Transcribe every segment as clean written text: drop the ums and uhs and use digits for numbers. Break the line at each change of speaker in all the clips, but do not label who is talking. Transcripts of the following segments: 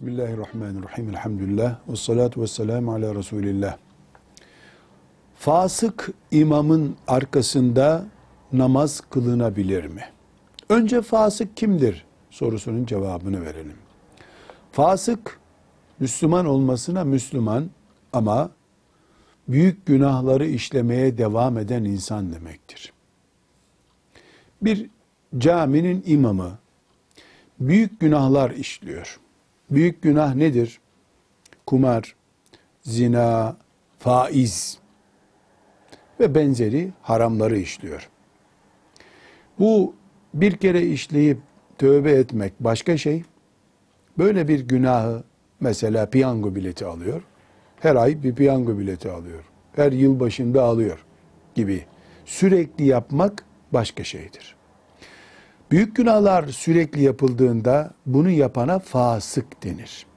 Bismillahirrahmanirrahim. Elhamdülillah. Ve salatu ve selamu ala Resulillah. Fasık imamın arkasında namaz kılınabilir mi? Önce fasık kimdir sorusunun cevabını verelim. Fasık, Müslüman olmasına Müslüman ama büyük günahları işlemeye devam eden insan demektir. Bir caminin imamı büyük günahlar işliyor. Büyük günah nedir? Kumar, zina, faiz ve benzeri haramları işliyor. Bu bir kere işleyip tövbe etmek başka şey. Böyle bir günahı mesela piyango bileti alıyor. Her ay bir piyango bileti alıyor. Her yıl başında alıyor gibi. Sürekli yapmak başka şeydir. Büyük günahlar sürekli yapıldığında bunu yapana fasık denir.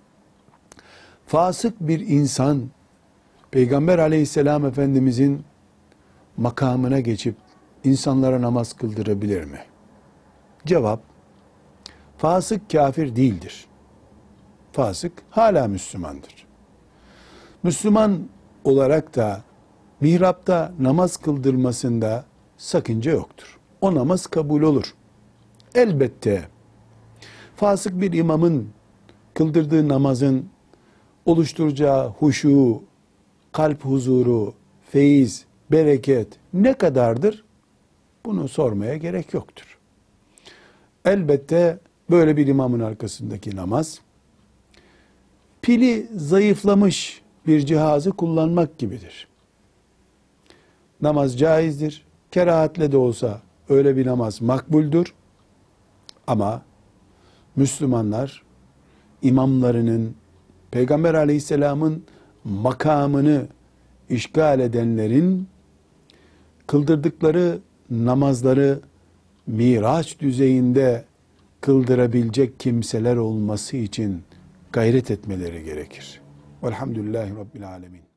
Fasık bir insan, Peygamber aleyhisselam Efendimizin makamına geçip insanlara namaz kıldırabilir mi? Cevap, fasık kafir değildir. Fasık hala Müslümandır. Müslüman olarak da mihrapta namaz kıldırmasında sakınca yoktur. O namaz kabul olur. Elbette fasık bir imamın kıldırdığı namazın oluşturacağı huşu, kalp huzuru, feyiz, bereket ne kadardır? Bunu sormaya gerek yoktur. Elbette böyle bir imamın arkasındaki namaz, pili zayıflamış bir cihazı kullanmak gibidir. Namaz caizdir. Kerahatle de olsa öyle bir namaz makbuldür. Ama Müslümanlar imamlarının, Peygamber aleyhisselamın makamını işgal edenlerin kıldırdıkları namazları Miraç düzeyinde kıldırabilecek kimseler olması için gayret etmeleri gerekir. Velhamdülillahi Rabbil alemin.